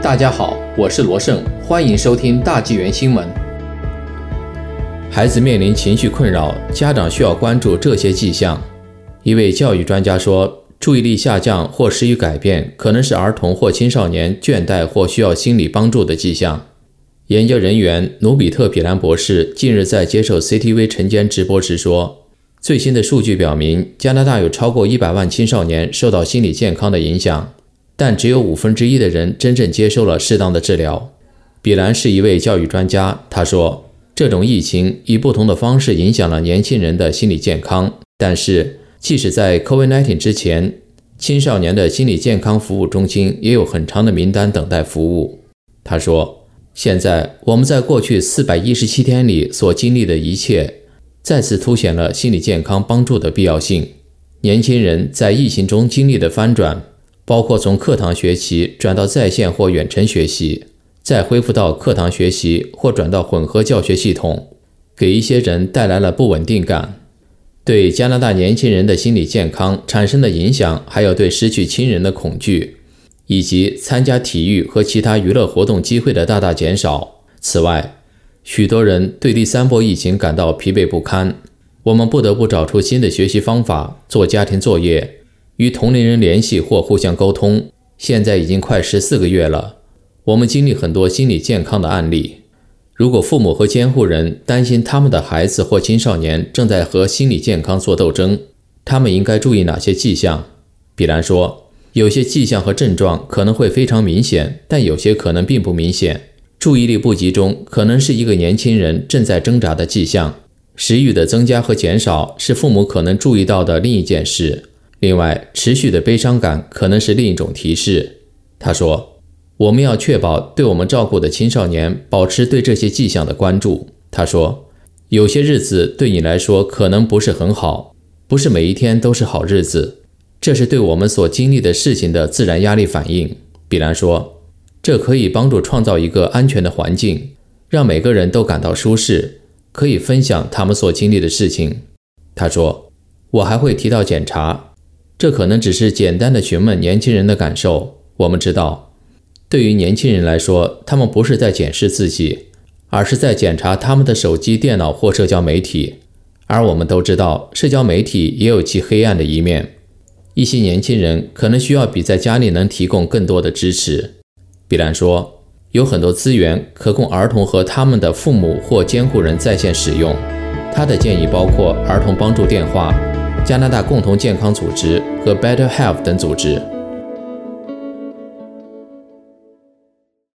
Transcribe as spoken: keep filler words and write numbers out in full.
大家好，我是罗胜，欢迎收听大纪元新闻。孩子面临情绪困扰，家长需要关注这些迹象。一位教育专家说，注意力下降或食欲改变可能是儿童或青少年倦怠或需要心理帮助的迹象。研究人员努比特·比兰博士近日在接受 C T V 晨间直播时说，最新的数据表明，加拿大有超过一百万青少年受到心理健康的影响，但只有五分之一的人真正接受了适当的治疗。比兰是一位教育专家，他说，这种疫情以不同的方式影响了年轻人的心理健康，但是即使在 COVID 十九 之前，青少年的心理健康服务中心也有很长的名单等待服务。他说，现在我们在过去四百一十七天里所经历的一切，再次凸显了心理健康帮助的必要性。年轻人在疫情中经历的翻转，包括从课堂学习转到在线或远程学习，再恢复到课堂学习或转到混合教学系统，给一些人带来了不稳定感。对加拿大年轻人的心理健康产生的影响，还有对失去亲人的恐惧，以及参加体育和其他娱乐活动机会的大大减少。此外，许多人对第三波疫情感到疲惫不堪，我们不得不找出新的学习方法，做家庭作业，与同龄人联系或互相沟通。现在已经快十四个月了，我们经历很多心理健康的案例。如果父母和监护人担心他们的孩子或青少年正在和心理健康做斗争，他们应该注意哪些迹象？比兰说，有些迹象和症状可能会非常明显，但有些可能并不明显。注意力不集中可能是一个年轻人正在挣扎的迹象。食欲的增加和减少是父母可能注意到的另一件事。另外，持续的悲伤感可能是另一种提示。他说，我们要确保对我们照顾的青少年保持对这些迹象的关注。他说，有些日子对你来说可能不是很好，不是每一天都是好日子，这是对我们所经历的事情的自然压力反应。比兰说，这可以帮助创造一个安全的环境，让每个人都感到舒适，可以分享他们所经历的事情。他说，我还会提到检查，这可能只是简单的询问年轻人的感受。我们知道，对于年轻人来说，他们不是在检视自己，而是在检查他们的手机、电脑或社交媒体。而我们都知道，社交媒体也有其黑暗的一面。一些年轻人可能需要比在家里能提供更多的支持。比兰说，有很多资源可供儿童和他们的父母或监护人在线使用。他的建议包括儿童帮助电话、加拿大共同健康组织和 Better Health 等组织。